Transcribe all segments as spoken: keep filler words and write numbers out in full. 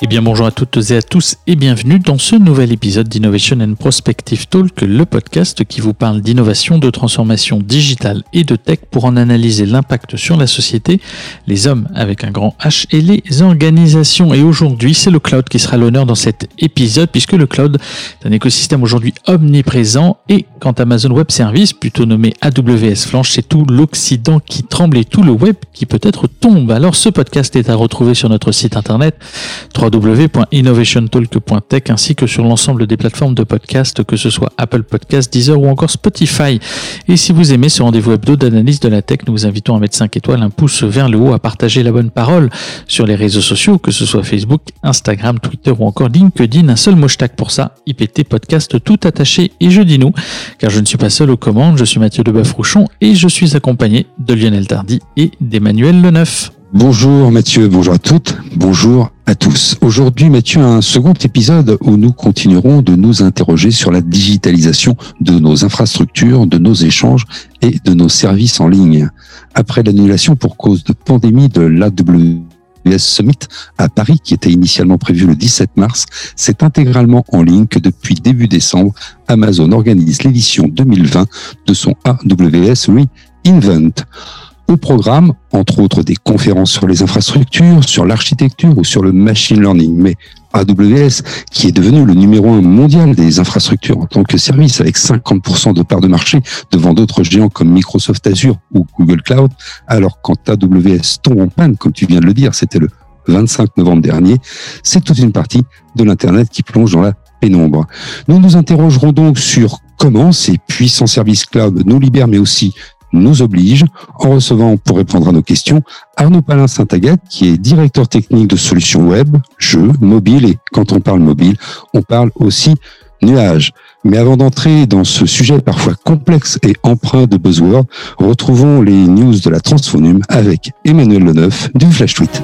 Eh bien bonjour à toutes et à tous et bienvenue dans ce nouvel épisode d'Innovation and Prospective Talk, le podcast qui vous parle d'innovation, de transformation digitale et de tech pour en analyser l'impact sur la société, les hommes avec un grand H et les organisations. Et aujourd'hui, c'est le cloud qui sera à l'honneur dans cet épisode puisque le cloud est un écosystème aujourd'hui omniprésent et quand Amazon Web Services, plutôt nommé A W S, flanche, c'est tout l'Occident qui tremble et tout le web qui peut-être tombe. Alors ce podcast est à retrouver sur notre site internet w w w point innovation talk point tech ainsi que sur l'ensemble des plateformes de podcast, que ce soit Apple Podcasts, Deezer ou encore Spotify. Et si vous aimez ce rendez-vous hebdo d'analyse de la tech, nous vous invitons à mettre cinq étoiles, un pouce vers le haut, à partager la bonne parole sur les réseaux sociaux, que ce soit Facebook, Instagram, Twitter ou encore LinkedIn. Un seul hashtag pour ça, I P T Podcast tout attaché. Et je dis nous, car je ne suis pas seul aux commandes, je suis Mathieu Deboeuf-Rouchon et je suis accompagné de Lionel Tardy et d'Emmanuel Leneuf. Bonjour Mathieu, bonjour à toutes, bonjour à tous. Aujourd'hui Mathieu, un second épisode où nous continuerons de nous interroger sur la digitalisation de nos infrastructures, de nos échanges et de nos services en ligne. Après l'annulation pour cause de pandémie de l'A W S Summit à Paris, qui était initialement prévu le dix-sept mars, c'est intégralement en ligne que depuis début décembre, Amazon organise l'édition deux mille vingt de son A W S re:Invent. Au programme, entre autres, des conférences sur les infrastructures, sur l'architecture ou sur le machine learning. Mais A W S, qui est devenu le numéro un mondial des infrastructures en tant que service, avec cinquante pour cent de part de marché devant d'autres géants comme Microsoft Azure ou Google Cloud, alors quand A W S tombe en panne, comme tu viens de le dire, c'était le vingt-cinq novembre dernier, c'est toute une partie de l'Internet qui plonge dans la pénombre. Nous nous interrogerons donc sur comment ces puissants services cloud nous libèrent, mais aussi nous oblige, en recevant pour répondre à nos questions Arnaud Palin-Saint-Agathe, qui est directeur technique de solutions web, jeux, mobile, et quand on parle mobile, on parle aussi nuage. Mais avant d'entrer dans ce sujet parfois complexe et empreint de buzzwords, retrouvons les news de la Transfonum avec Emmanuel Leneuf du Flash Tweet.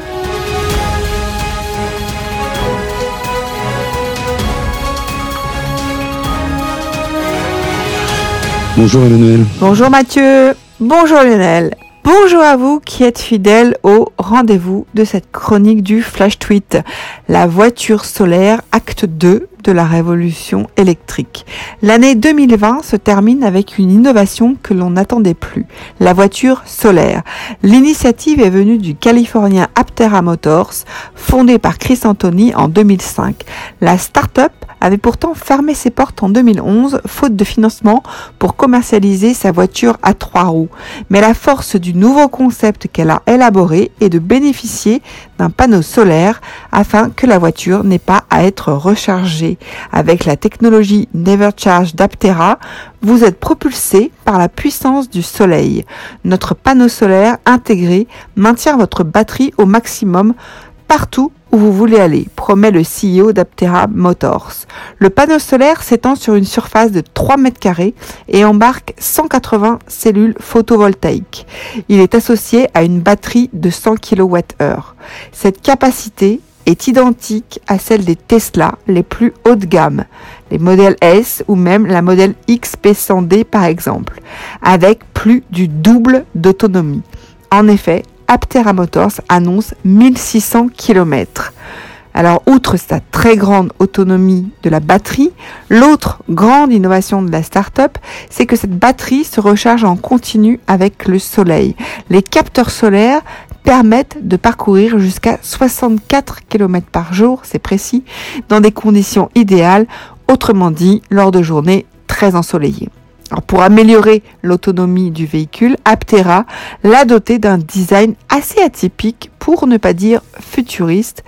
Bonjour Emmanuel. Bonjour Mathieu. Bonjour Lionel. Bonjour à vous qui êtes fidèles au rendez-vous de cette chronique du Flash Tweet. La voiture solaire, acte deux de la révolution électrique. L'année deux mille vingt se termine avec une innovation que l'on n'attendait plus, la voiture solaire. L'initiative est venue du Californien Aptera Motors, fondé par Chris Anthony en deux mille cinq. La start-up avait pourtant fermé ses portes en deux mille onze, faute de financement pour commercialiser sa voiture à trois roues. Mais la force du nouveau concept qu'elle a élaboré est de bénéficier d'un panneau solaire afin que la voiture n'ait pas à être rechargée. Avec la technologie NeverCharge d'Aptera, vous êtes propulsé par la puissance du soleil. Notre panneau solaire intégré maintient votre batterie au maximum partout où vous voulez aller, promet le C E O d'Aptera Motors. Le panneau solaire s'étend sur une surface de trois mètres carrés et embarque cent quatre-vingts cellules photovoltaïques. Il est associé à une batterie de cent kilowattheures. Cette capacité est identique à celle des Tesla les plus haut de gamme, les modèles S ou même la modèle X P cent D par exemple, avec plus du double d'autonomie. En effet, Aptera Motors annonce mille six cents kilomètres. Alors, outre sa très grande autonomie de la batterie, l'autre grande innovation de la start-up, c'est que cette batterie se recharge en continu avec le soleil. Les capteurs solaires permettent de parcourir jusqu'à soixante-quatre kilomètres par jour, c'est précis, dans des conditions idéales, autrement dit, lors de journées très ensoleillées. Alors pour améliorer l'autonomie du véhicule, Aptera l'a doté d'un design assez atypique, pour ne pas dire futuriste,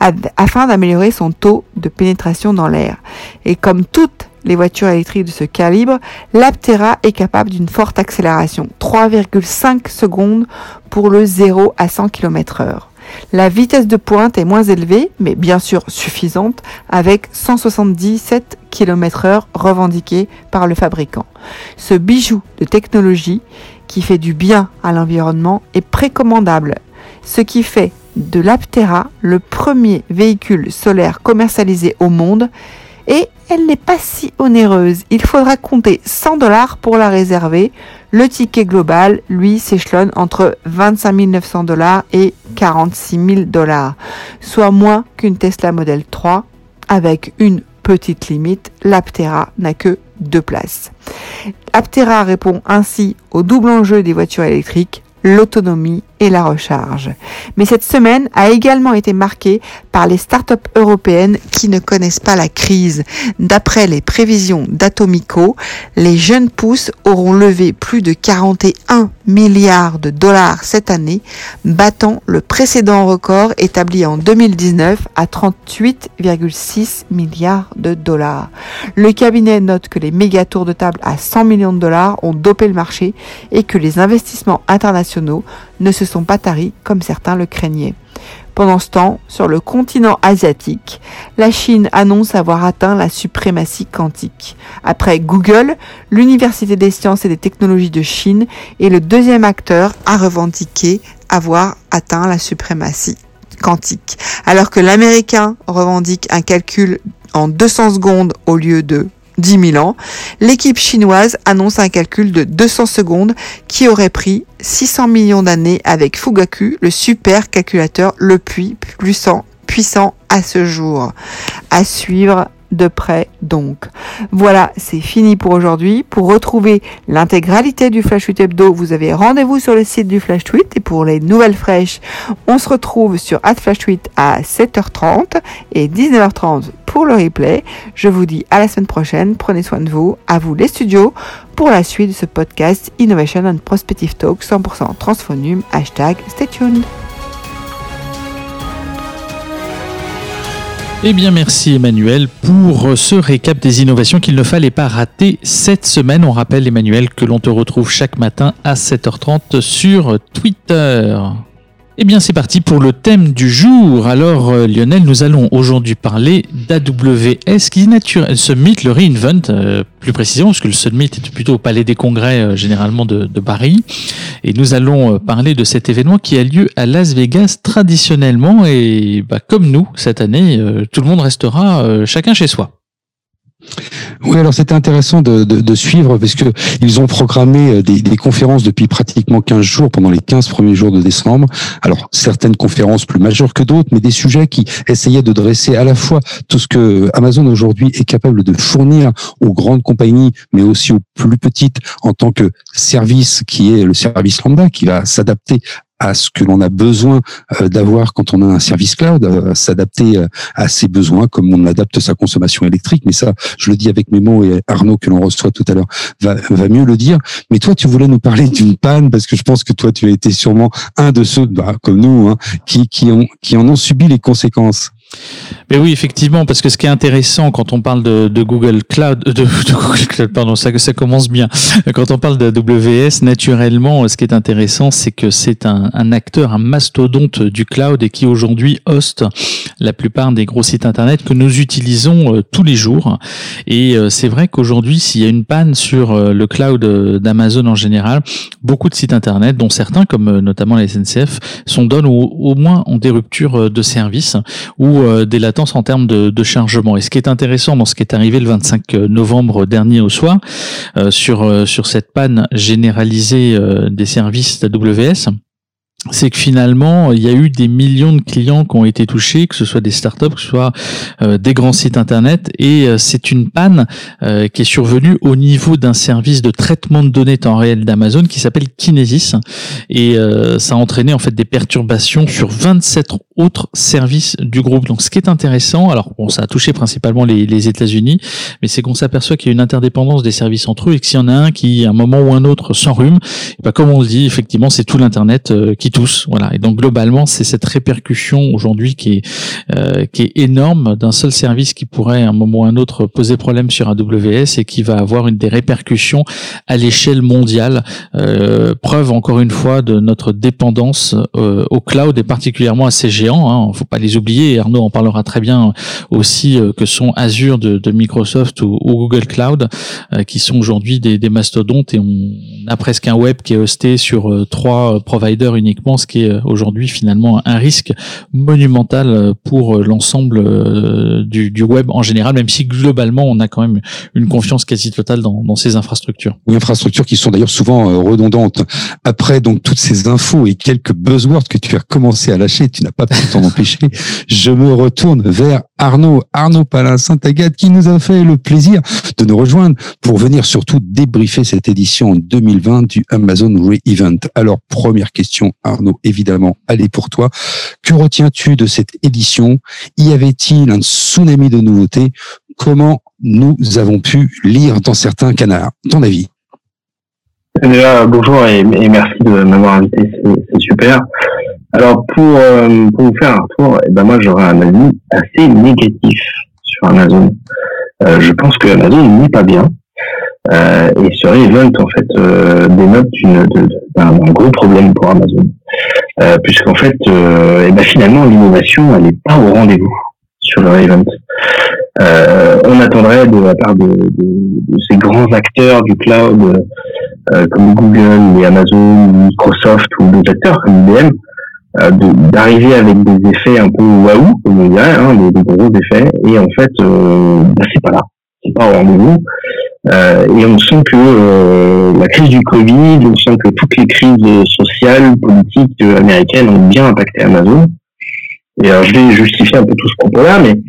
afin d'améliorer son taux de pénétration dans l'air. Et comme toutes les voitures électriques de ce calibre, l'Aptera est capable d'une forte accélération, trois virgule cinq secondes pour le zéro à cent kilomètres heure. La vitesse de pointe est moins élevée, mais bien sûr suffisante, avec cent soixante-dix-sept kilomètres heure revendiquée par le fabricant. Ce bijou de technologie qui fait du bien à l'environnement est précommandable, ce qui fait de l'Aptera le premier véhicule solaire commercialisé au monde Et elle n'est pas si onéreuse. Il faudra compter cent dollars pour la réserver. Le ticket global, lui, s'échelonne entre vingt-cinq mille neuf cents dollars et quarante-six mille dollars, soit moins qu'une Tesla Model trois, avec une petite limite, l'Aptera n'a que deux places. L'Aptera répond ainsi au double enjeu des voitures électriques, l'autonomie et la recharge. Mais cette semaine a également été marquée par les startups européennes qui ne connaissent pas la crise. D'après les prévisions d'Atomico, les jeunes pousses auront levé plus de quarante et un milliards de dollars cette année, battant le précédent record établi en deux mille dix-neuf à trente-huit virgule six milliards de dollars. Le cabinet note que les méga tours de table à cent millions de dollars ont dopé le marché et que les investissements internationaux ne se sont pas taris comme certains le craignaient. Pendant ce temps, sur le continent asiatique, la Chine annonce avoir atteint la suprématie quantique. Après Google, l'Université des sciences et des technologies de Chine est le deuxième acteur à revendiquer avoir atteint la suprématie quantique. Alors que l'américain revendique un calcul en deux cents secondes au lieu de dix mille ans, l'équipe chinoise annonce un calcul de deux cents secondes qui aurait pris six cents millions d'années avec Fugaku, le super calculateur le plus puissant, puissant à ce jour. À suivre de près donc. Voilà, c'est fini pour aujourd'hui. Pour retrouver l'intégralité du Flash Tweet Hebdo, vous avez rendez-vous sur le site du Flash Tweet, et pour les nouvelles fraîches, on se retrouve sur arobase flash tweet à sept heures trente et dix-neuf heures trente pour le replay. Je vous dis à la semaine prochaine, prenez soin de vous, à vous les studios, pour la suite de ce podcast Innovation and Prospective Talk cent pour cent Transphonum, hashtag stay tuned. Eh bien, merci Emmanuel pour ce récap des innovations qu'il ne fallait pas rater cette semaine. On rappelle, Emmanuel, que l'on te retrouve chaque matin à sept heures trente sur Twitter. Eh bien, c'est parti pour le thème du jour. Alors, euh, Lionel, nous allons aujourd'hui parler d'A W S qui naturel, Summit, le reInvent, euh, plus précisément, parce que le Summit est plutôt au Palais des Congrès, euh, généralement de, de Paris. Et nous allons euh, parler de cet événement qui a lieu à Las Vegas traditionnellement. Et bah, comme nous, cette année, euh, tout le monde restera euh, chacun chez soi. Oui, alors c'était intéressant de, de, de suivre parce que ils ont programmé des, des conférences depuis pratiquement quinze jours pendant les quinze premiers jours de décembre. Alors certaines conférences plus majeures que d'autres, mais des sujets qui essayaient de dresser à la fois tout ce que Amazon aujourd'hui est capable de fournir aux grandes compagnies, mais aussi aux plus petites en tant que service qui est le service lambda qui va s'adapter à ce que l'on a besoin d'avoir quand on a un service cloud, s'adapter à ses besoins comme on adapte sa consommation électrique. Mais ça, je le dis avec mes mots, et Arnaud, que l'on reçoit tout à l'heure, va, va mieux le dire. Mais toi, tu voulais nous parler d'une panne, parce que je pense que toi, tu as été sûrement un de ceux, bah, comme nous, hein, qui, qui, ont, qui en ont subi les conséquences. Mais oui, effectivement, parce que ce qui est intéressant quand on parle de, de Google Cloud, de, de Google Cloud, pardon, ça, ça commence bien. Quand on parle d'A W S, naturellement, ce qui est intéressant, c'est que c'est un, un acteur, un mastodonte du cloud et qui aujourd'hui hoste la plupart des gros sites internet que nous utilisons euh, tous les jours. Et euh, c'est vrai qu'aujourd'hui, s'il y a une panne sur euh, le cloud d'Amazon en général, beaucoup de sites internet, dont certains, comme euh, notamment la S N C F, sont donnés ou au moins ont des ruptures de service ou des latences en termes de, de chargement. Et ce qui est intéressant dans ce qui est arrivé le vingt-cinq novembre dernier au soir, euh, sur, euh, sur cette panne généralisée euh, des services d'A W S, c'est que finalement, il y a eu des millions de clients qui ont été touchés, que ce soit des startups, que ce soit euh, des grands sites internet, et euh, c'est une panne euh, qui est survenue au niveau d'un service de traitement de données temps réel d'Amazon qui s'appelle Kinesis, et euh, ça a entraîné en fait des perturbations sur vingt-sept autres services du groupe. Donc, ce qui est intéressant, alors bon, ça a touché principalement les, les États-Unis, mais c'est qu'on s'aperçoit qu'il y a une interdépendance des services entre eux, et que s'il y en a un qui, à un moment ou un autre, s'enrhume, et ben, comme on le dit, effectivement, c'est tout l'internet euh, qui tous, voilà. Et donc globalement, c'est cette répercussion aujourd'hui qui est euh, qui est énorme d'un seul service qui pourrait à un moment ou à un autre poser problème sur A W S et qui va avoir une des répercussions à l'échelle mondiale. Euh, preuve encore une fois de notre dépendance euh, au cloud et particulièrement à ces géants. Hein, faut pas les oublier. Et Arnaud en parlera très bien aussi euh, que sont Azure de, de Microsoft ou, ou Google Cloud, euh, qui sont aujourd'hui des, des mastodontes, et on a presque un web qui est hosté sur euh, trois providers uniquement. techniquement, ce qui est aujourd'hui finalement un risque monumental pour l'ensemble du, du web en général, même si globalement on a quand même une confiance quasi totale dans, dans ces infrastructures. Oui, infrastructures qui sont d'ailleurs souvent redondantes. Après donc toutes ces infos et quelques buzzwords que tu as commencé à lâcher, tu n'as pas pu t'en empêcher. Je me retourne vers Arnaud, Arnaud Palin Saint-Agathe, qui nous a fait le plaisir de nous rejoindre pour venir surtout débriefer cette édition deux mille vingt du Amazon Re-Event. Alors, première question, Arnaud, évidemment, elle est pour toi. Que retiens-tu de cette édition? Y avait-il un tsunami de nouveautés? Comment nous avons pu lire dans certains canards? Ton avis? Déjà, bonjour et, et merci de m'avoir invité, c'est, c'est super. Alors, pour, euh, pour vous faire un retour, eh ben moi, j'aurais un avis assez négatif sur Amazon. Euh, je pense que Amazon n'est pas bien. Euh, et ce Re-Event, en fait, euh, dénote d'une, de, d'un, d'un gros problème pour Amazon. Euh, puisqu'en fait, euh, eh ben finalement, l'innovation, elle n'est pas au rendez-vous sur le Re-Event. Euh, on attendrait de la part de, de, de ces grands acteurs du cloud, euh, comme Google, et Amazon, Microsoft ou d'autres acteurs comme I B M, euh, de, d'arriver avec des effets un peu waouh, comme on dirait, hein, des, des gros effets. Et en fait, euh, bah, c'est pas là, c'est pas au rendez-vous. Euh, et on sent que euh, la crise du Covid, on sent que toutes les crises sociales, politiques euh, américaines ont bien impacté Amazon. Et alors, je vais justifier un peu tout ce propos-là, mais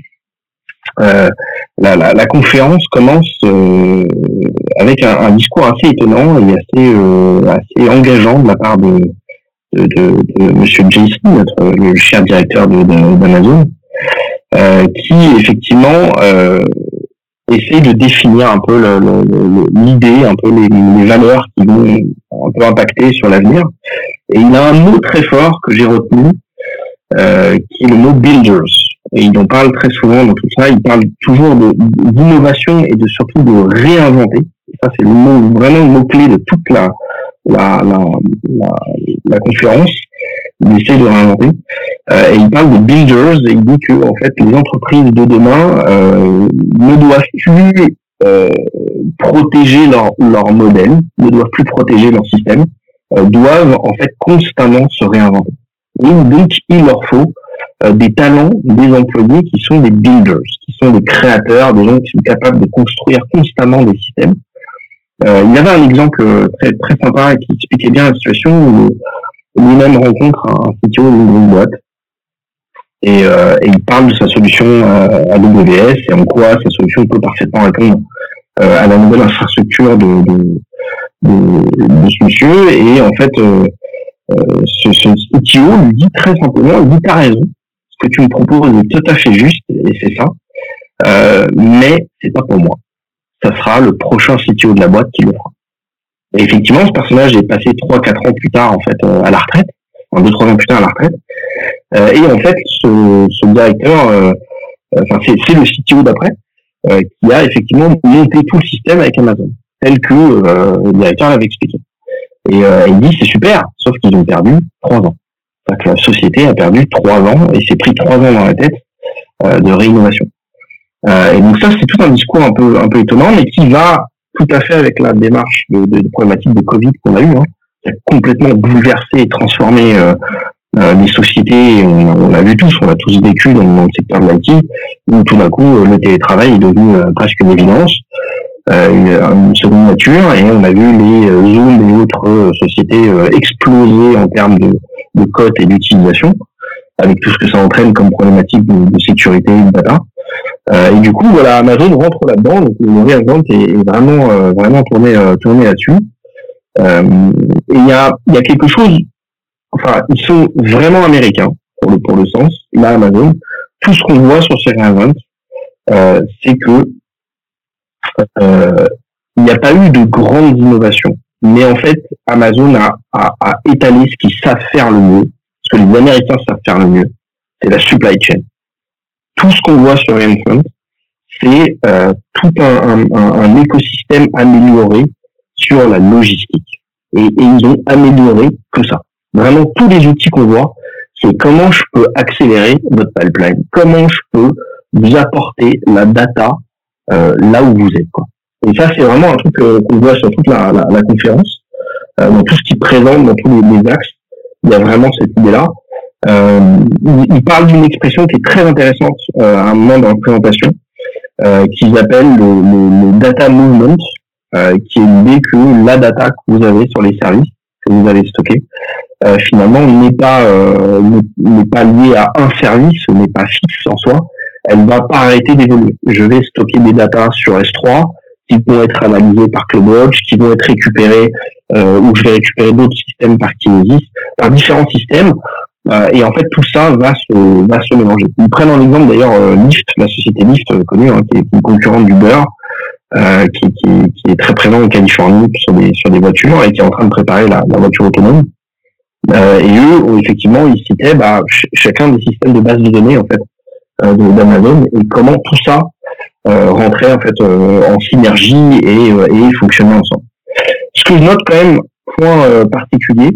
euh, la, la, la conférence commence euh, avec un, un discours assez étonnant et assez, euh, assez engageant de la part de, de, de, de Monsieur Jason, notre le cher directeur de, de, d'Amazon, euh, qui effectivement euh, essaie de définir un peu le, le, le, l'idée, un peu les, les valeurs qui vont un peu impacter sur l'avenir. Et il a un mot très fort que j'ai retenu, euh, qui est le mot builders. Et il en parle très souvent dans tout ça. Il parle toujours de, d'innovation et de surtout de réinventer. Et ça, c'est le mot, vraiment le mot-clé de toute la, la, la, la, la conférence. Il essaie de réinventer. Euh, et il parle de builders et il dit que, en fait, les entreprises de demain, euh, ne doivent plus, euh, protéger leur, leur modèle, ne doivent plus protéger leur système, euh, doivent, en fait, constamment se réinventer. Et donc, il leur faut Euh, des talents, des employés qui sont des builders, qui sont des créateurs, des gens qui sont capables de construire constamment des systèmes. Euh, il y avait un exemple très très sympa qui expliquait bien la situation où lui-même rencontre un C T O d'une boîte et, euh, et il parle de sa solution euh, A W S et en quoi sa solution peut parfaitement répondre euh, à la nouvelle infrastructure de, de, de, de ce monsieur. Et en fait, euh, euh, ce, ce C T O lui dit très simplement, il dit t'as raison. Ce que tu me proposes est tout à fait juste, et c'est ça, euh, mais c'est pas pour moi. Ça sera le prochain C T O de la boîte qui le fera. Et effectivement, ce personnage est passé trois quatre ans plus tard, en fait, euh, à la retraite, enfin deux trois ans plus tard à la retraite, euh, et en fait, ce, ce directeur, euh, enfin, c'est, c'est le C T O d'après, euh, qui a effectivement monté tout le système avec Amazon, tel que euh, le directeur l'avait expliqué. Et euh, il dit, c'est super, sauf qu'ils ont perdu trois ans. Que la société a perdu trois ans et s'est pris trois ans dans la tête euh, de réinnovation. Euh, et donc ça, c'est tout un discours un peu un peu étonnant, mais qui va tout à fait avec la démarche de, de, de problématique de Covid qu'on a eu, hein, qui a complètement bouleversé et transformé euh, euh, les sociétés. On, on l'a vu tous, on l'a tous vécu dans, dans le secteur de l'I T, où tout d'un coup le télétravail est devenu euh, presque une évidence, euh, une, une seconde nature, et on a vu les euh, Zoom et autres euh, sociétés euh, exploser en termes de de cote et d'utilisation, avec tout ce que ça entraîne comme problématique de, de sécurité et de data. Euh, et du coup, voilà, Amazon rentre là-dedans, donc le Re-Event est, est vraiment, euh, vraiment tourné, euh, tourné là-dessus. Euh, et il y a, il y a quelque chose, enfin, ils sont vraiment américains, pour le, pour le sens, là, Amazon. Tout ce qu'on voit sur ces Re-Events, euh, c'est que, euh, il n'y a pas eu de grandes innovations. Mais en fait, Amazon a, a, a étalé ce qu'ils savent faire le mieux, ce que les Américains savent faire le mieux, c'est la supply chain. Tout ce qu'on voit sur Re-Event, c'est euh, tout un, un, un écosystème amélioré sur la logistique. Et, et ils ont amélioré que ça. Vraiment, tous les outils qu'on voit, c'est comment je peux accélérer votre pipeline, comment je peux vous apporter la data euh, là où vous êtes, quoi. Et ça, c'est vraiment un truc euh, qu'on voit sur toute la, la, la conférence, euh, dans tout ce qui présente, dans tous les, les axes. il y a vraiment cette idée-là. Euh, il, il parle d'une expression qui est très intéressante euh, à un moment dans la présentation, euh, qu'ils appellent le, le, le data movement, euh, qui est l'idée que la data que vous avez sur les services que vous avez stockés, euh, finalement n'est pas euh, n'est pas liée à un service, n'est pas fixe en soi. Elle va pas arrêter d'évoluer. Je vais stocker des datas sur S trois qui vont être analysées par CloudWatch, qui vont être récupérées, euh, ou je vais récupérer d'autres systèmes par Kinesis, par différents systèmes. Euh, et en fait, tout ça va se, va se mélanger. Ils prennent en exemple d'ailleurs euh, Lyft, la société Lyft euh, connue, hein, qui est une concurrente d'Uber, euh, qui, qui, qui est très présente en Californie sur des, sur des voitures et qui est en train de préparer la, la voiture autonome. Euh, et eux, effectivement, ils citaient bah, ch- chacun des systèmes de base de données en fait euh, d'Amazon et comment tout ça euh, rentrait en fait euh, en synergie et, euh, et fonctionnait ensemble. Ce que je note quand même, point euh, particulier,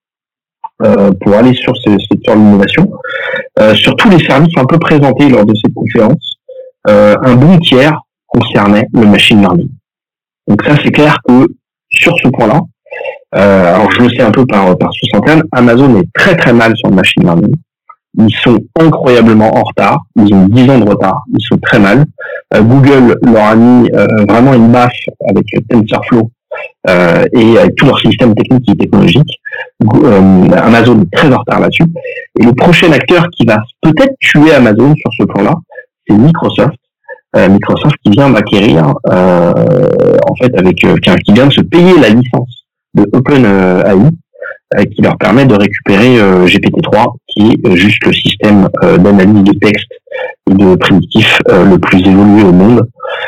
Euh, pour aller sur ce secteur de l'innovation, euh, sur tous les services un peu présentés lors de cette conférence, euh, un bon tiers concernait le machine learning. Donc ça, c'est clair que sur ce point-là, euh, alors je le sais un peu par, par source interne, Amazon est très très mal sur le machine learning. Ils sont incroyablement en retard, ils ont dix ans de retard, ils sont très mal. Euh, Google leur a mis euh, vraiment une baffe avec TensorFlow, Euh, et avec tout leur système technique et technologique. Euh, Amazon est très en retard là-dessus. Et le prochain acteur qui va peut-être tuer Amazon sur ce plan-là, c'est Microsoft. Euh, Microsoft qui vient d'acquérir, euh, en fait, avec, euh, qui vient de se payer la licence de OpenAI, euh, qui leur permet de récupérer euh, G P T trois, qui est euh, juste le système euh, d'analyse de texte et de prédictif euh, le plus évolué au monde.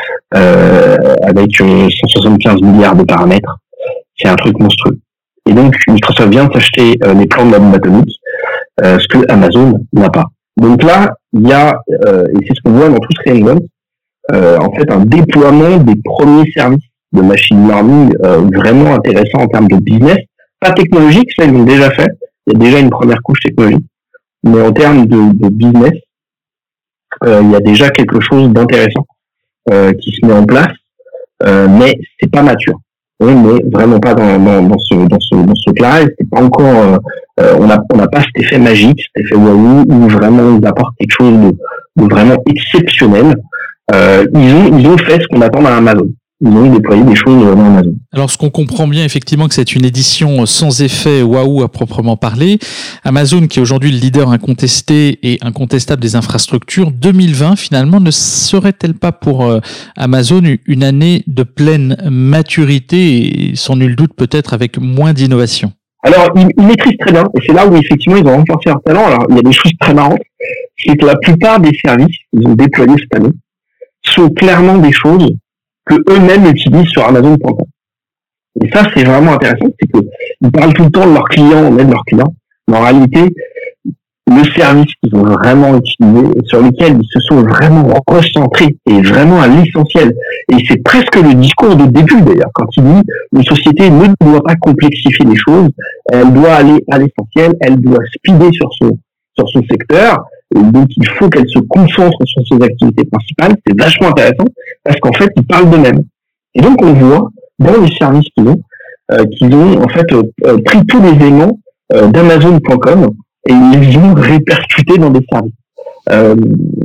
Euh, avec euh, cent soixante-quinze milliards de paramètres, c'est un truc monstrueux. Et donc Microsoft vient de s'acheter euh, les plans de la bombe atomique, euh, ce que Amazon n'a pas. Donc là, il y a, euh, et c'est ce qu'on voit dans tout ce reinvent, euh, en fait un déploiement des premiers services de machine learning euh, vraiment intéressant en termes de business, pas technologique, ça ils l'ont déjà fait, il y a déjà une première couche technologique, mais en termes de, de business, euh, il y a déjà quelque chose d'intéressant Euh, qui se met en place, euh, mais c'est pas mature. On n'est vraiment pas dans, dans, dans ce dans ce dans ce cas-là. C'est pas encore. Euh, on a on n'a pas cet effet magique, cet effet waouh où vraiment ils apportent quelque chose de, de vraiment exceptionnel. Euh, ils ont ils ont fait ce qu'on attend d'un Amazon. Ils ont déployé des choses dans Amazon. Alors, ce qu'on comprend bien, effectivement, que c'est une édition sans effet waouh à proprement parler. Amazon, qui est aujourd'hui le leader incontesté et incontestable des infrastructures, deux mille vingt, finalement, ne serait-elle pas pour euh, Amazon une année de pleine maturité et, sans nul doute, peut-être avec moins d'innovation? Alors, ils, ils maîtrisent très bien, et c'est là où, effectivement, ils ont renforcé leur talent. Alors, il y a des choses très marrantes. C'est que la plupart des services qu'ils ont déployés cette année sont clairement des choses que eux-mêmes utilisent sur Amazon point com. Et ça, c'est vraiment intéressant, c'est que ils parlent tout le temps de leurs clients, on aide leurs clients. Mais en réalité, le service qu'ils ont vraiment utilisé, et sur lequel ils se sont vraiment recentrés, est vraiment à l'essentiel. Et c'est presque le discours de début, d'ailleurs, quand il dit une société ne doit pas complexifier les choses, elle doit aller à l'essentiel, elle doit speeder sur son, sur son secteur, et donc il faut qu'elle se concentre sur ses activités principales. C'est vachement intéressant, parce qu'en fait, ils parlent d'eux-mêmes. Et donc, on voit, dans les services qu'ils ont, euh, qu'ils ont, en fait, euh, pris tous les éléments euh, d'Amazon point com et ils les ont répercutés dans des services. Euh,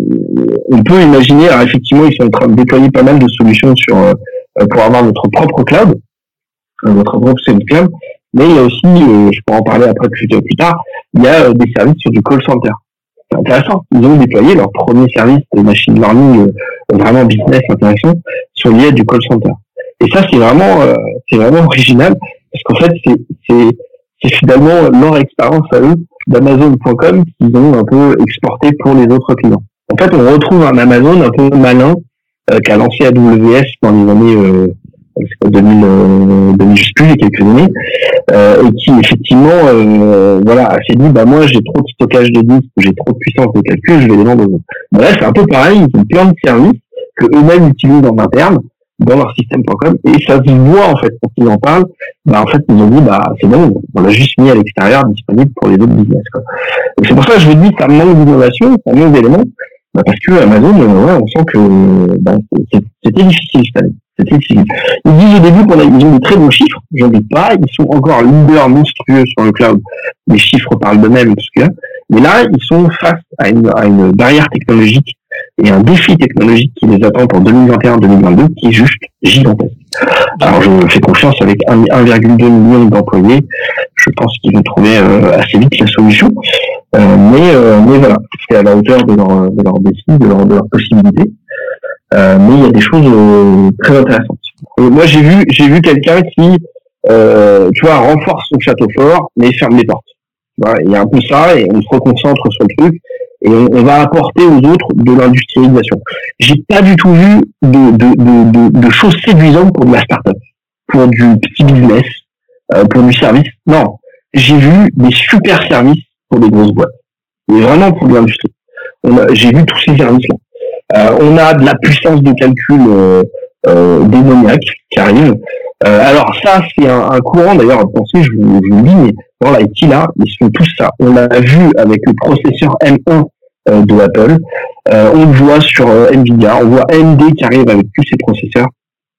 on peut imaginer, alors effectivement, ils sont en train de déployer pas mal de solutions sur, euh, pour avoir notre propre cloud, euh, notre propre cloud, mais il y a aussi, euh, je pourrais en parler après plus, plus tard, il y a euh, des services sur du call center. C'est intéressant. Ils ont déployé leur premier service de machine learning euh, vraiment business intéressant sur l'I A du call center. Et ça, c'est vraiment, euh, c'est vraiment original parce qu'en fait, c'est, c'est, c'est finalement leur expérience à eux d'Amazon point com qu'ils ont un peu exporté pour les autres clients. En fait, on retrouve un Amazon un peu malin euh, qu'a lancé A W S dans les années euh, deux mille, euh, deux mille, je sais plus, il y a quelques années, euh, et qui effectivement, euh, voilà, s'est dit, bah moi j'ai trop de stockage de disques, j'ai trop de puissance de calcul, je vais les vendre aux autres. Bah là, c'est un peu pareil, ils ont plein de services que eux-mêmes utilisent en interne dans leur système point com, et ça se voit en fait quand ils en parlent. Bah en fait, ils ont dit, bah c'est bon, on l'a juste mis à l'extérieur, disponible pour les autres business, quoi. Donc c'est pour ça que je vous dis, ça manque d'innovation, ça manque d'éléments, bah parce que Amazon, euh, ouais, on sent que bah, c'était difficile cette année. C'est excessif. Ils disent au début qu'on a, ils ont des très bons chiffres, j'en doute pas, ils sont encore leaders monstrueux sur le cloud, les chiffres parlent d'eux-mêmes, tout ce que, mais là, ils sont face à une, à une barrière technologique et un défi technologique qui les attend pour deux mille vingt et un deux mille vingt-deux qui est juste gigantesque. Alors, je fais confiance avec un virgule deux million d'employés, je pense qu'ils vont trouver euh, assez vite la solution, euh, mais, euh, mais voilà, c'est à la hauteur de leur, de leur défi, de leur, de leur possibilité. Euh, mais il y a des choses euh, très intéressantes. Euh, moi, j'ai vu, j'ai vu quelqu'un qui, euh, tu vois, renforce son château fort, mais ferme les portes. Voilà, il y a un peu ça, et on se reconcentre sur le truc, et on, on va apporter aux autres de l'industrialisation. J'ai pas du tout vu de, de, de, de, de choses séduisantes pour de la start-up, pour du petit business, euh, pour du service. Non, j'ai vu des super services pour des grosses boîtes, et vraiment pour de l'industrie. On a, j'ai vu tous ces services-là. Euh, on a de la puissance de calcul euh, euh, démoniaque qui arrive. Euh, alors ça, c'est un, un courant d'ailleurs à penser, je vous, je vous le dis, mais dans l'I T là, ils sont tous ça. On l'a vu avec le processeur M un euh, de Apple, euh, on le voit sur euh, Nvidia, on voit A M D qui arrive avec tous ses processeurs.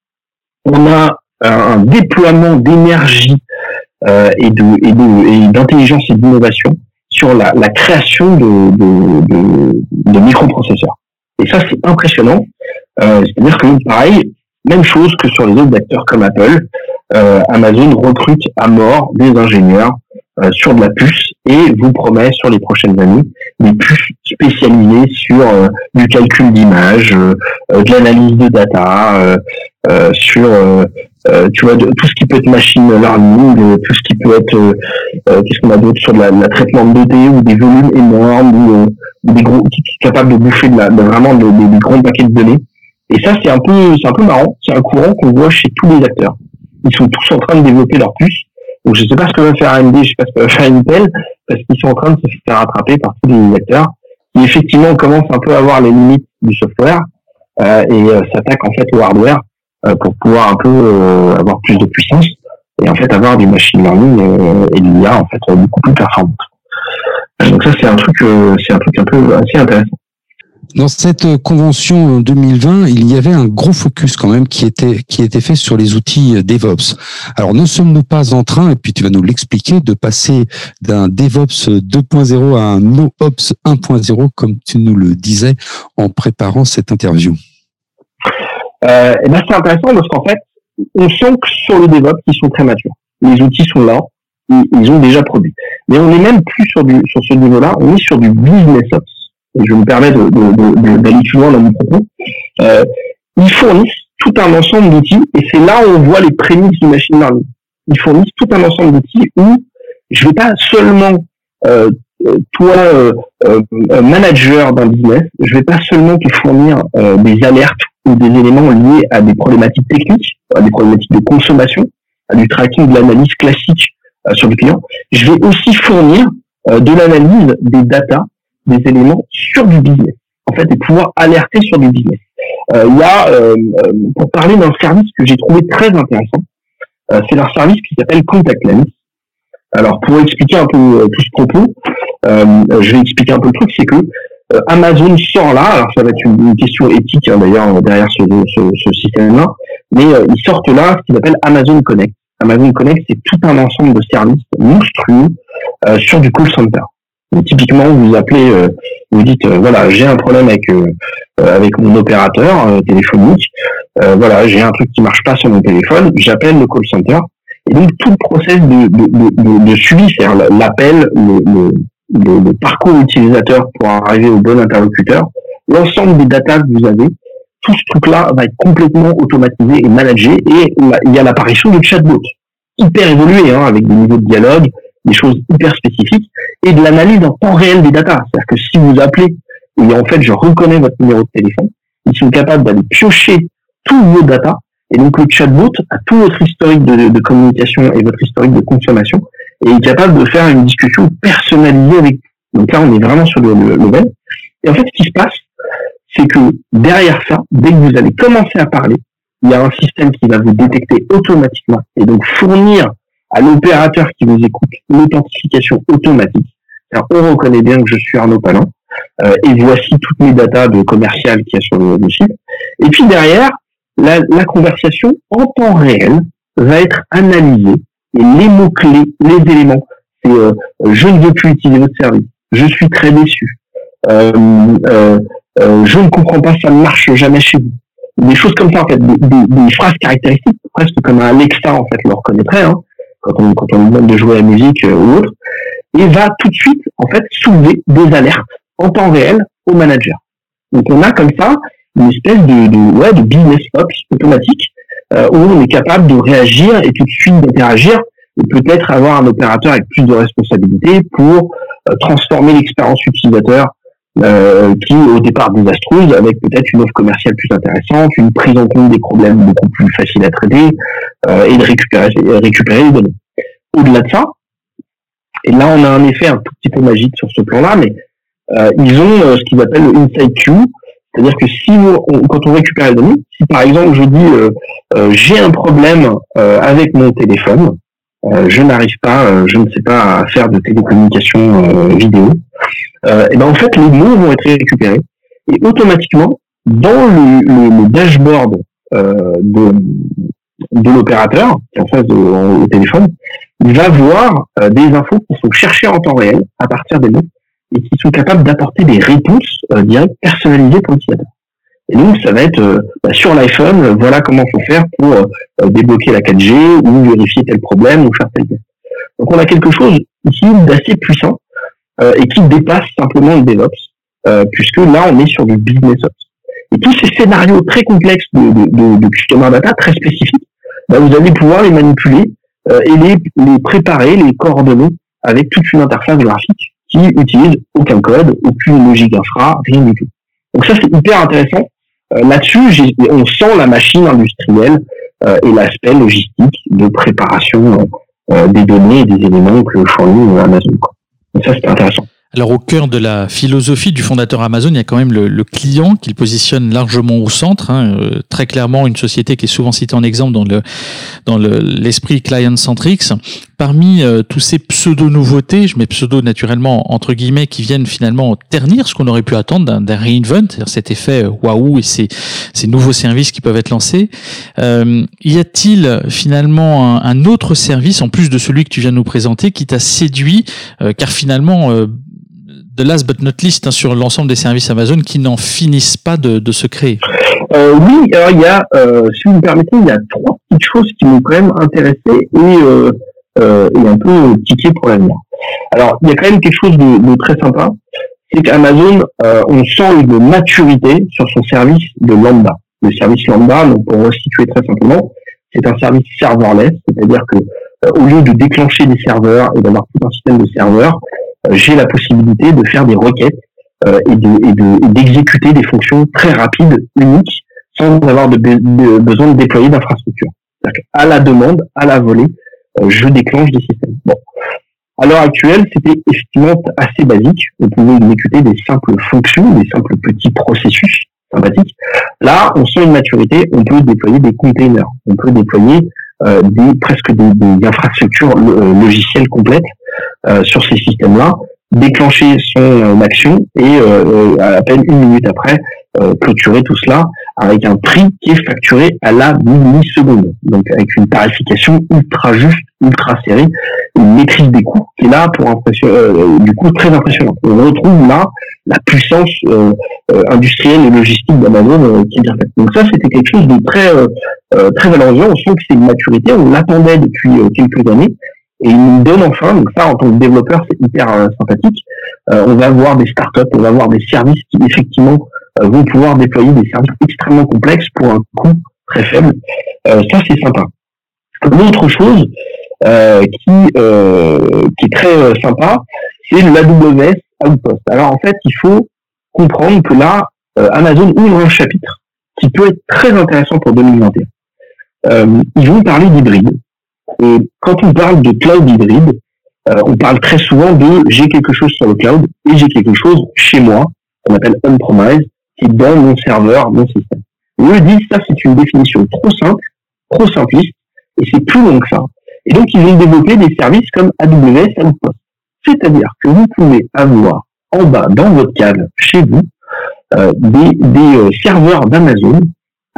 On a un, un déploiement d'énergie euh, et, de, et, de, et d'intelligence et d'innovation sur la, la création de, de, de, de microprocesseurs. Et ça, c'est impressionnant. Euh, c'est-à-dire que, pareil, même chose que sur les autres acteurs comme Apple, euh, Amazon recrute à mort des ingénieurs euh, sur de la puce et vous promet sur les prochaines années des puces spécialisées sur euh, du calcul d'images, euh, de l'analyse de data, euh, euh, sur euh, euh, tu vois de, tout ce qui peut être machine learning, euh, tout ce qui peut être euh, euh, qu'est-ce qu'on a d'autre sur la, la traitement de données ou des volumes énormes ou euh, des gros qui sont capables de bouffer de la, de vraiment de, de, des grands paquets de données. Et ça c'est un peu c'est un peu marrant, c'est un courant qu'on voit chez tous les acteurs. Ils sont tous en train de développer leurs puces. Donc je sais pas ce que va faire A M D, je sais pas ce que va faire Intel, parce qu'ils sont en train de se faire rattraper par tous les acteurs qui effectivement commencent un peu à avoir les limites du software euh, et euh, s'attaquent en fait au hardware euh, pour pouvoir un peu euh, avoir plus de puissance et en fait avoir du machine learning euh, et de l'I A en fait euh, beaucoup plus performante. Donc ça c'est un truc euh, c'est un truc un peu assez intéressant. Dans cette convention deux mille vingt, il y avait un gros focus quand même qui était qui était fait sur les outils DevOps. Alors ne sommes-nous pas en train, et puis tu vas nous l'expliquer, de passer d'un DevOps deux point zéro à un NoOps un point zéro comme tu nous le disais en préparant cette interview? Euh, et ben c'est intéressant parce qu'en fait, on sent que sur le DevOps, ils sont très matures. Les outils sont là, ils, ils ont déjà produit. Mais on n'est même plus sur du sur ce niveau-là, on est sur du BusinessOps. Et je me permets de, de, de, d'aller plus loin dans mon propos. Euh, ils fournissent tout un ensemble d'outils, et c'est là où on voit les prémices du machine learning. Ils fournissent tout un ensemble d'outils où je vais pas seulement euh, toi euh, euh, manager d'un business, je vais pas seulement te fournir euh, des alertes ou des éléments liés à des problématiques techniques, à des problématiques de consommation, à du tracking, de l'analyse classique euh, sur le client. Je vais aussi fournir euh, de l'analyse des data, des éléments sur du business, en fait, et pouvoir alerter sur du business. Euh, il y a, euh, pour parler d'un service que j'ai trouvé très intéressant, euh, c'est leur service qui s'appelle Contact Lens. Alors, pour expliquer un peu euh, tout ce propos, euh, je vais expliquer un peu le truc, c'est que euh, Amazon sort là, alors ça va être une, une question éthique hein, d'ailleurs derrière ce, ce, ce système-là, mais euh, ils sortent là ce qu'ils appellent Amazon Connect. Amazon Connect, c'est tout un ensemble de services monstrueux euh, sur du call center. Et typiquement, vous appelez, euh, vous dites, euh, voilà, j'ai un problème avec euh, avec mon opérateur euh, téléphonique. Euh, voilà, j'ai un truc qui marche pas sur mon téléphone. J'appelle le call center. Et donc tout le process de, de, de, de suivi, c'est-à-dire l'appel, le, le, le parcours utilisateur pour arriver au bon interlocuteur, l'ensemble des datas que vous avez, tout ce truc-là va être complètement automatisé et managé. Et il y a l'apparition de chatbots hyper évolués, hein, avec des niveaux de dialogue, des choses hyper spécifiques, et de l'analyse en temps réel des datas. C'est-à-dire que si vous appelez, et en fait je reconnais votre numéro de téléphone, ils sont capables d'aller piocher tous vos datas, et donc le chatbot a tout votre historique de, de, de communication et votre historique de consommation, et est capable de faire une discussion personnalisée avec vous. Donc là on est vraiment sur le, le, le web. Et en fait ce qui se passe, c'est que derrière ça, dès que vous allez commencer à parler, il y a un système qui va vous détecter automatiquement, et donc fournir à l'opérateur qui vous écoute l'authentification automatique. Alors, on reconnaît bien que je suis Arnaud Palin, euh, et voici toutes mes datas de commercial qu'il y a sur le, le site. Et puis derrière, la, la conversation en temps réel va être analysée et les mots-clés, les éléments, c'est euh, je ne veux plus utiliser votre service, je suis très déçu, euh, euh, euh, je ne comprends pas, ça ne marche jamais chez vous. Des choses comme ça, en fait, des, des, des phrases caractéristiques, presque comme un Alexa, en fait, le reconnaîtrait, hein, quand on, quand on lui demande de jouer à la musique euh, ou autre, et va tout de suite, en fait, soulever des alertes en temps réel au manager. Donc, on a comme ça une espèce de, de, ouais, de business ops automatique, euh, où on est capable de réagir et tout de suite d'interagir, et peut-être avoir un opérateur avec plus de responsabilités pour euh, transformer l'expérience utilisateur euh, qui, au départ, désastreuse, avec peut-être une offre commerciale plus intéressante, une prise en compte des problèmes beaucoup plus faciles à traiter, euh, et de récupérer, récupérer les données. Au-delà de ça, et là on a un effet un tout petit peu magique sur ce plan-là, mais euh, ils ont euh, ce qu'ils appellent le inside queue, c'est-à-dire que si on, quand on récupère les données, si par exemple je dis euh, euh, j'ai un problème euh, avec mon téléphone, euh, je n'arrive pas, euh, je ne sais pas à faire de télécommunication euh, vidéo, euh, et ben en fait les mots vont être récupérés et automatiquement dans le, le, le dashboard euh, de, de l'opérateur qui est en face de, au téléphone, il va voir euh, des infos qui sont cherchées en temps réel à partir des mots et qui sont capables d'apporter des réponses euh, directes personnalisées pour l'utilisateur. Et donc, ça va être euh, bah, sur l'iPhone, euh, voilà comment il faut faire pour euh, débloquer la quatre G ou vérifier tel problème ou faire tel test. Donc, on a quelque chose ici d'assez puissant euh, et qui dépasse simplement le DevOps, euh, puisque là, on est sur du business ops. Et tous ces scénarios très complexes de, de, de, de customer data, très spécifiques, bah, vous allez pouvoir les manipuler euh, et les, les préparer, les coordonner avec toute une interface graphique qui utilise aucun code, aucune logique infra, rien du tout. Donc ça, c'est hyper intéressant. Euh, là-dessus, j'ai, on sent la machine industrielle euh, et l'aspect logistique de préparation euh, des données et des éléments que fournit Amazon, quoi. Donc ça, c'est intéressant. Alors au cœur de la philosophie du fondateur Amazon, il y a quand même le, le client qu'il positionne largement au centre. Hein, euh, très clairement, une société qui est souvent citée en exemple dans le dans le, l'esprit client-centric. Parmi euh, tous ces pseudo-nouveautés, je mets pseudo naturellement entre guillemets, qui viennent finalement ternir ce qu'on aurait pu attendre d'un, d'un reinvent, c'est-à-dire cet effet euh, waouh et ces, ces nouveaux services qui peuvent être lancés. Euh, y a-t-il finalement un, un autre service, en plus de celui que tu viens de nous présenter, qui t'a séduit, euh, car finalement... Euh, de last but not least, hein, sur l'ensemble des services Amazon qui n'en finissent pas de, de se créer. Euh, oui, alors il y a, euh, si vous me permettez, il y a trois petites choses qui m'ont quand même intéressé et, euh, euh, et un peu tiqué pour l'avenir. Alors, il y a quand même quelque chose de, de très sympa, c'est qu'Amazon, euh, on sent une maturité sur son service de Lambda. Le service Lambda, donc pour restituer très simplement, c'est un service serverless, c'est-à-dire que euh, au lieu de déclencher des serveurs et d'avoir tout un système de serveurs, j'ai la possibilité de faire des requêtes euh, et, de, et, de, et d'exécuter des fonctions très rapides, uniques, sans avoir de, de, besoin de déployer d'infrastructure. C'est-à-dire qu'à la demande, à la volée, euh, je déclenche des systèmes. Bon. À l'heure actuelle, c'était effectivement assez basique. On pouvait exécuter des simples fonctions, des simples petits processus sympathiques. Là, on sent une maturité, on peut déployer des containers, on peut déployer euh, des, presque des, des infrastructures euh, logicielles complètes euh, sur ces systèmes-là, déclencher son euh, action et euh, à peine une minute après, euh, clôturer tout cela avec un prix qui est facturé à la milliseconde. Donc avec une tarification ultra juste, ultra serrée, une maîtrise des coûts qui est là pour impressionner, euh, du coup très impressionnant. On retrouve là la puissance euh, euh, industrielle et logistique d'Amazon euh, qui est bien faite. Donc ça, c'était quelque chose de très euh, euh, très valorisant. On sent que c'est une maturité, on l'attendait depuis euh, quelques années. Et il nous donne enfin, donc ça en tant que développeur c'est hyper euh, sympathique, euh, on va voir des startups, on va voir des services qui effectivement euh, vont pouvoir déployer des services extrêmement complexes pour un coût très faible. Euh, ça c'est sympa. L'autre chose euh, qui, euh, qui est très euh, sympa, c'est l'A W S Outpost. Alors en fait il faut comprendre que là, euh, Amazon ouvre un chapitre qui peut être très intéressant pour deux mille vingt et un. Euh, ils vont parler d'hybride. Et quand on parle de cloud hybride, euh, on parle très souvent de j'ai quelque chose sur le cloud et j'ai quelque chose chez moi, qu'on appelle on-premise, qui est dans mon serveur, mon système. Et eux disent ça c'est une définition trop simple, trop simpliste, et c'est plus long que ça. Et donc ils vont développer des services comme A W S Outpost. C'est-à-dire que vous pouvez avoir en bas dans votre câble, chez vous, euh, des, des euh, serveurs d'Amazon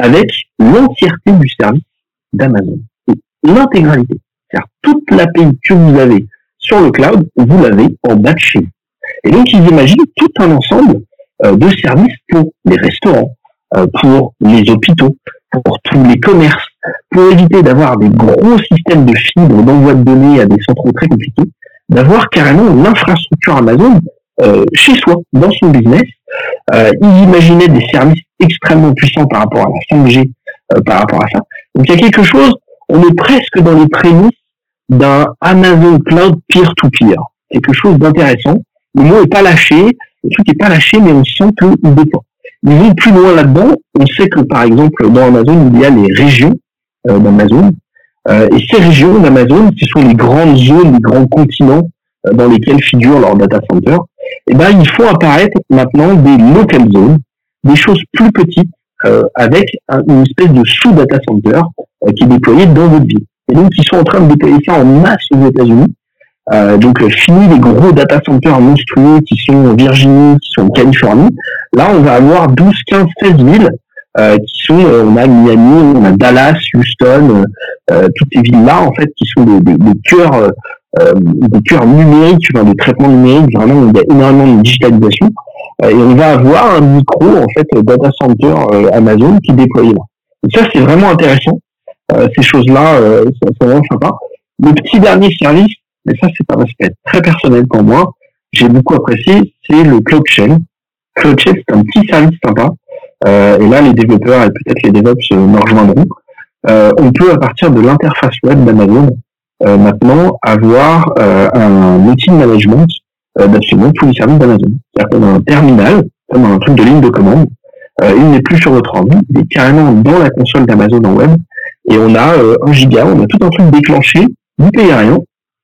avec l'entièreté du service d'Amazon. Et l'intégralité. C'est-à-dire toute l'A P I que vous avez sur le cloud, vous l'avez en bas de chez vous. Et donc, ils imaginent tout un ensemble euh, de services pour les restaurants, euh, pour les hôpitaux, pour tous les commerces, pour éviter d'avoir des gros systèmes de fibres d'envoi de données à des centraux très compliqués, d'avoir carrément l'infrastructure Amazon euh, chez soi, dans son business. Euh, ils imaginaient des services extrêmement puissants par rapport à la cinq G, euh, par rapport à ça. Donc, il y a quelque chose, on est presque dans les prémices d'un Amazon Cloud peer-to-peer. Quelque chose d'intéressant. Le mot est pas lâché, le truc est pas lâché, mais on sent qu'il dépend. Ils vont plus loin là-dedans. On sait que, par exemple, dans Amazon, il y a les régions euh, d'Amazon. Euh, et ces régions d'Amazon, ce sont les grandes zones, les grands continents euh, dans lesquels figurent leurs data centers. Et ben, ils font apparaître maintenant des local zones, des choses plus petites, euh, avec un, une espèce de sous-data center euh, qui est déployé dans votre ville. Et donc, ils sont en train de déployer ça en masse aux États-Unis. Euh, donc, euh, fini les gros data centers monstrueux qui sont en Virginie, qui sont en Californie. Là, on va avoir douze, quinze, seize villes euh, qui sont, euh, on a Miami, on a Dallas, Houston, euh, toutes ces villes-là, en fait, qui sont des, des, des cœurs, euh, des cœurs numériques, enfin, des traitements numériques, vraiment, où il y a énormément de digitalisation. Euh, et on va avoir un micro, en fait, data center euh, Amazon qui est déployé là. Et ça, c'est vraiment intéressant. Euh, ces choses-là, euh, c'est vraiment sympa. Le petit dernier service, mais ça, c'est un aspect très personnel pour moi, j'ai beaucoup apprécié, c'est le Cloud Shell. Cloud Shell, c'est un petit service sympa. Euh, et là, les développeurs et peut-être les DevOps euh, me rejoindront. Euh, on peut, à partir de l'interface web d'Amazon, euh, maintenant, avoir euh, un outil de management euh, d'absolument tous les services d'Amazon. C'est-à-dire qu'on a un terminal, comme un truc de ligne de commande. Euh, il n'est plus sur votre ordi, il est carrément dans la console d'Amazon en web. Et on a euh, un giga, on a tout un truc déclenché, vous payez rien,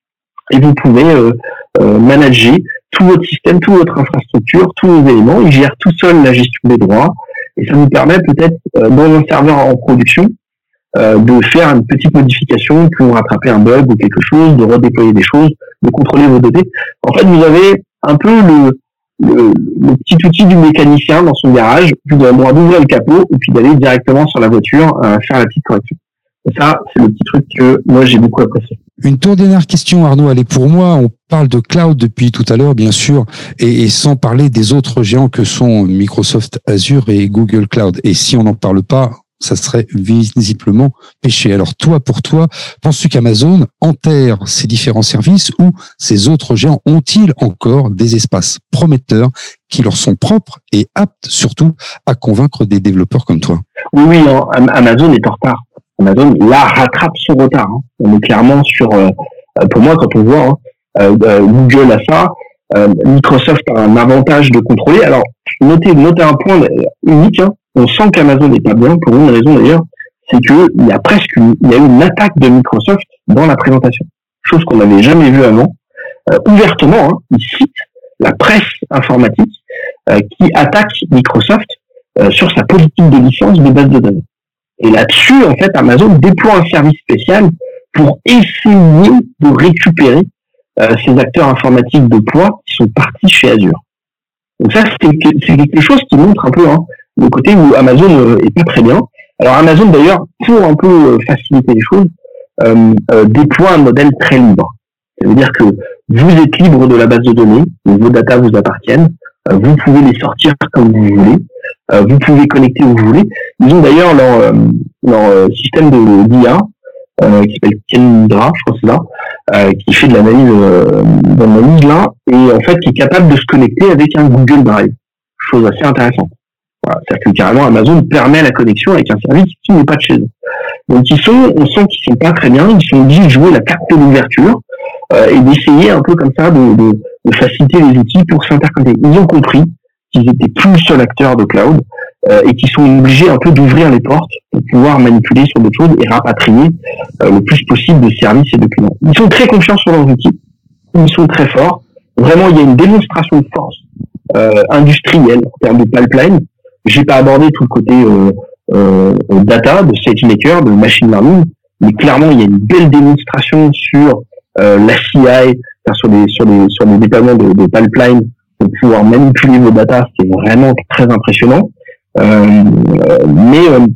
et vous pouvez euh, euh, manager tout votre système, toute votre infrastructure, tous vos éléments. Il gère tout seul la gestion des droits, et ça nous permet peut-être, euh, dans un serveur en production, euh, de faire une petite modification pour rattraper un bug ou quelque chose, de redéployer des choses, de contrôler vos données. En fait, vous avez un peu le, le, le petit outil du mécanicien dans son garage, puis vous avez le droit d'ouvrir le capot, et puis d'aller directement sur la voiture euh, faire la petite correction. Et ça, c'est le petit truc que moi, j'ai beaucoup apprécié. Une toute dernière question, Arnaud. Allez, pour moi, on parle de cloud depuis tout à l'heure, bien sûr, et, et sans parler des autres géants que sont Microsoft Azure et Google Cloud. Et si on n'en parle pas, ça serait visiblement péché. Alors, toi, pour toi, penses-tu qu'Amazon enterre ces différents services ou ces autres géants ont-ils encore des espaces prometteurs qui leur sont propres et aptes surtout à convaincre des développeurs comme toi? Oui, oui, Amazon est en retard. Amazon, là, rattrape son retard. Hein. On est clairement sur, euh, pour moi, quand on voit hein, euh, Google a ça, euh, Microsoft a un avantage de contrôler. Alors, notez, notez un point unique. Hein. On sent qu'Amazon n'est pas bien, pour une raison d'ailleurs, c'est que il y a presque une, il y a eu une attaque de Microsoft dans la présentation. Chose qu'on n'avait jamais vue avant. Euh, ouvertement, hein, ils citent la presse informatique euh, qui attaque Microsoft euh, sur sa politique de licence de base de données. Et là-dessus, en fait, Amazon déploie un service spécial pour essayer de récupérer euh, ces acteurs informatiques de poids qui sont partis chez Azure. Donc ça, c'est, c'est quelque chose qui montre un peu hein, le côté où Amazon euh, est pas très bien. Alors Amazon, d'ailleurs, pour un peu euh, faciliter les choses, euh, euh, déploie un modèle très libre. Ça veut dire que vous êtes libre de la base de données, vos datas vous appartiennent, euh, vous pouvez les sortir comme vous voulez. Euh, vous pouvez connecter où vous voulez. Ils ont d'ailleurs leur, euh, leur euh, système de d'I A euh, qui s'appelle Kendra, je crois que c'est là, euh, qui fait de l'analyse, euh, de l'analyse là, et en fait qui est capable de se connecter avec un Google Drive. Chose assez intéressante. Voilà, c'est-à-dire que carrément Amazon permet la connexion avec un service qui n'est pas de chez eux. Donc ils sont, on sent qu'ils sont pas très bien. Ils sont obligés de jouer la carte de l'ouverture euh, et d'essayer un peu comme ça de, de, de faciliter les outils pour s'interconnecter. Ils ont compris qu'ils étaient plus le seul acteur de cloud euh, et qu'ils sont obligés un peu d'ouvrir les portes pour pouvoir manipuler sur d'autres choses et rapatrier euh, le plus possible de services et de clients. Ils sont très confiants sur leurs outils, ils sont très forts. Vraiment, il y a une démonstration de force euh, industrielle en termes de pipeline. J'ai pas abordé tout le côté euh, euh, data, de SageMaker, de machine learning, mais clairement, il y a une belle démonstration sur euh, la C I, sur les sur les sur les déploiements de, de pipeline. Pour pouvoir manipuler vos datas, c'est vraiment très impressionnant. Euh, mais euh,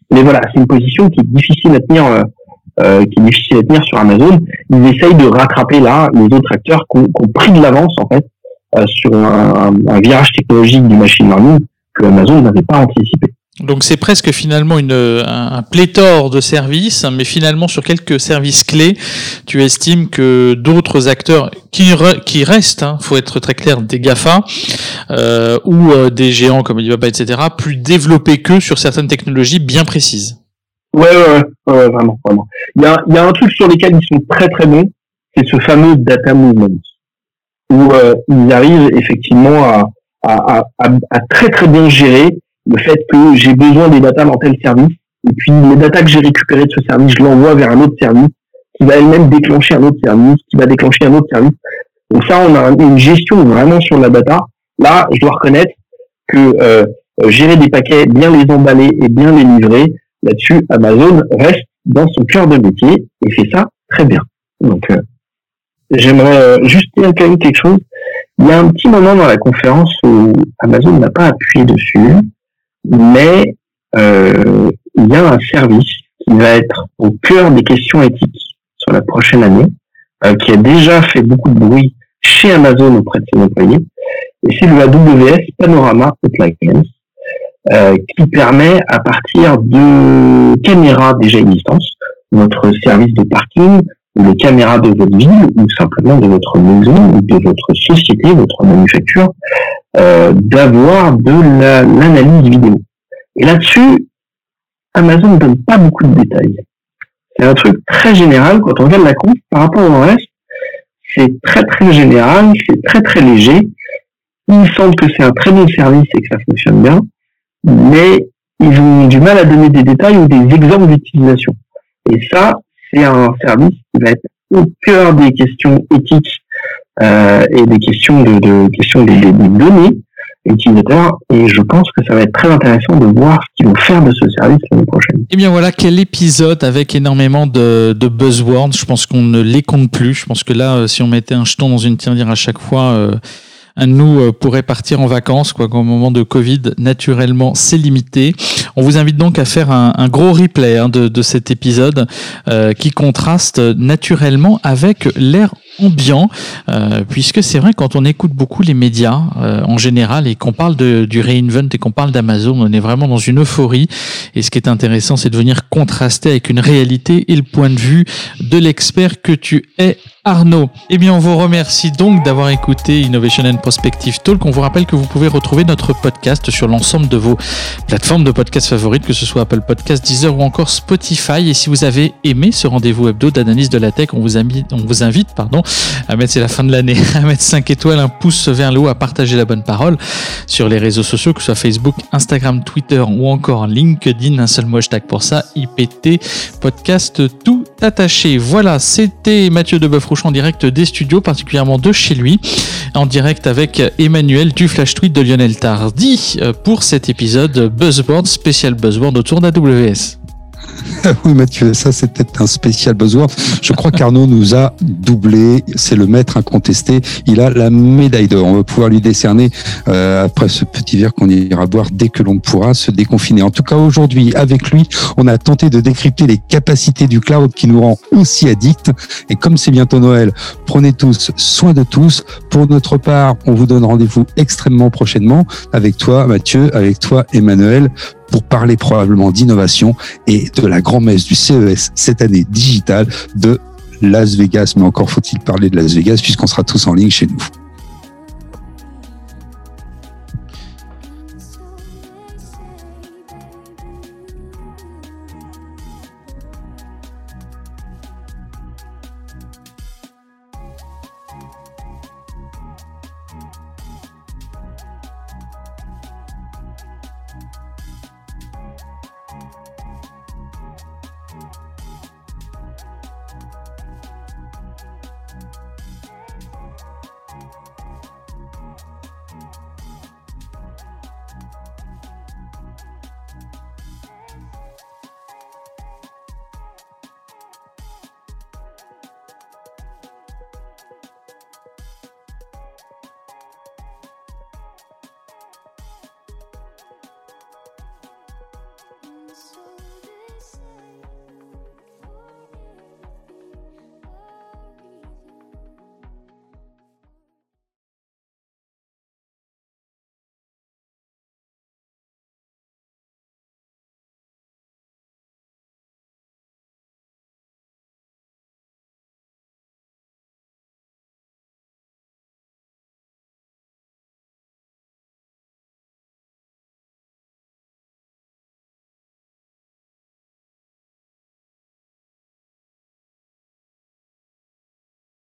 Mais voilà, c'est une position qui est difficile à tenir, euh, euh, qui est difficile à tenir sur Amazon. Ils essayent de rattraper là les autres acteurs qui ont, qui ont pris de l'avance en fait euh, sur un, un, un virage technologique du machine learning que Amazon n'avait pas anticipé. Donc c'est presque finalement une, un, un pléthore de services, mais finalement sur quelques services clés, tu estimes que d'autres acteurs qui, re, qui restent, hein, faut être très clair, des GAFA euh, ou euh, des géants comme Alibaba, et cetera, plus développés qu'eux sur certaines technologies bien précises. Ouais, ouais, ouais, ouais, vraiment, vraiment. Il y a, il y a un truc sur lequel ils sont très très bons, c'est ce fameux data movement, où euh, ils arrivent effectivement à, à, à, à très très bien gérer le fait que j'ai besoin des datas dans tel service, et puis les datas que j'ai récupérées de ce service, je l'envoie vers un autre service, qui va elle-même déclencher un autre service, qui va déclencher un autre service. Donc ça, on a une gestion vraiment sur la data. Là, je dois reconnaître que euh, gérer des paquets, bien les emballer et bien les livrer, là-dessus, Amazon reste dans son cœur de métier et fait ça très bien. Donc, euh, j'aimerais euh, juste dire quand même quelque chose. Il y a un petit moment dans la conférence où Amazon n'a pas appuyé dessus, mais euh, il y a un service qui va être au cœur des questions éthiques sur la prochaine année, euh, qui a déjà fait beaucoup de bruit chez Amazon auprès de ses employés, et c'est le A W S Panorama Appliance, euh, qui permet à partir de caméras déjà existantes, notre service de parking, ou les caméras de votre ville, ou simplement de votre maison, ou de votre société, votre manufacture, euh, d'avoir de la, l'analyse vidéo. Et là-dessus, Amazon ne donne pas beaucoup de détails. C'est un truc très général, quand on regarde la conf, par rapport au reste, c'est très très général, c'est très très léger. Il semble que c'est un très bon service et que ça fonctionne bien, mais ils ont du mal à donner des détails ou des exemples d'utilisation. Et ça, c'est un service qui va être au cœur des questions éthiques euh, et des questions de, de questions des, des, des données utilisateurs. Et je pense que ça va être très intéressant de voir ce qu'ils vont faire de ce service l'année prochaine. Eh bien voilà, quel épisode avec énormément de, de buzzwords. Je pense qu'on ne les compte plus. Je pense que là, si on mettait un jeton dans une tirelire à chaque fois, euh, un de nous euh, pourrait partir en vacances, quoi. Qu'au moment de Covid, naturellement, c'est limité. On vous invite donc à faire un, un gros replay hein, de, de cet épisode euh, qui contraste naturellement avec l'air ambiant, euh, puisque c'est vrai quand on écoute beaucoup les médias euh, en général et qu'on parle de, du reinvent et qu'on parle d'Amazon, on est vraiment dans une euphorie. Et ce qui est intéressant, c'est de venir contraster avec une réalité et le point de vue de l'expert que tu es, Arnaud. Eh bien, on vous remercie donc d'avoir écouté Innovation and Prospective Talk. On vous rappelle que vous pouvez retrouver notre podcast sur l'ensemble de vos plateformes de podcasts favorites, que ce soit Apple Podcasts, Deezer ou encore Spotify. Et si vous avez aimé ce rendez-vous hebdo d'analyse de la tech, on vous invite, on vous invite, pardon, à mettre, c'est la fin de l'année, à mettre cinq étoiles, un pouce vers le haut, à partager la bonne parole sur les réseaux sociaux, que ce soit Facebook, Instagram, Twitter ou encore LinkedIn. Un seul mot hashtag pour ça, I P T Podcast tout attaché. Voilà, c'était Mathieu Deboeuf-Rouch en direct des studios, particulièrement de chez lui, en direct avec Emmanuel du Flash Tweet de Lionel Tardy pour cet épisode Buzzword, spécial Buzzword autour d'A W S. Oui Mathieu, ça c'était un spécial buzzword. Je crois qu'Arnaud nous a doublé, c'est le maître incontesté. Il a la médaille d'or. On va pouvoir lui décerner euh, après ce petit verre qu'on ira boire dès que l'on pourra se déconfiner. En tout cas aujourd'hui, avec lui, on a tenté de décrypter les capacités du cloud qui nous rend aussi addicts. Et comme c'est bientôt Noël, prenez tous soin de tous. Pour notre part, on vous donne rendez-vous extrêmement prochainement avec toi Mathieu, avec toi Emmanuel, pour parler probablement d'innovation et de la grand-messe du C E S cette année digitale de Las Vegas. Mais encore faut-il parler de Las Vegas puisqu'on sera tous en ligne chez nous.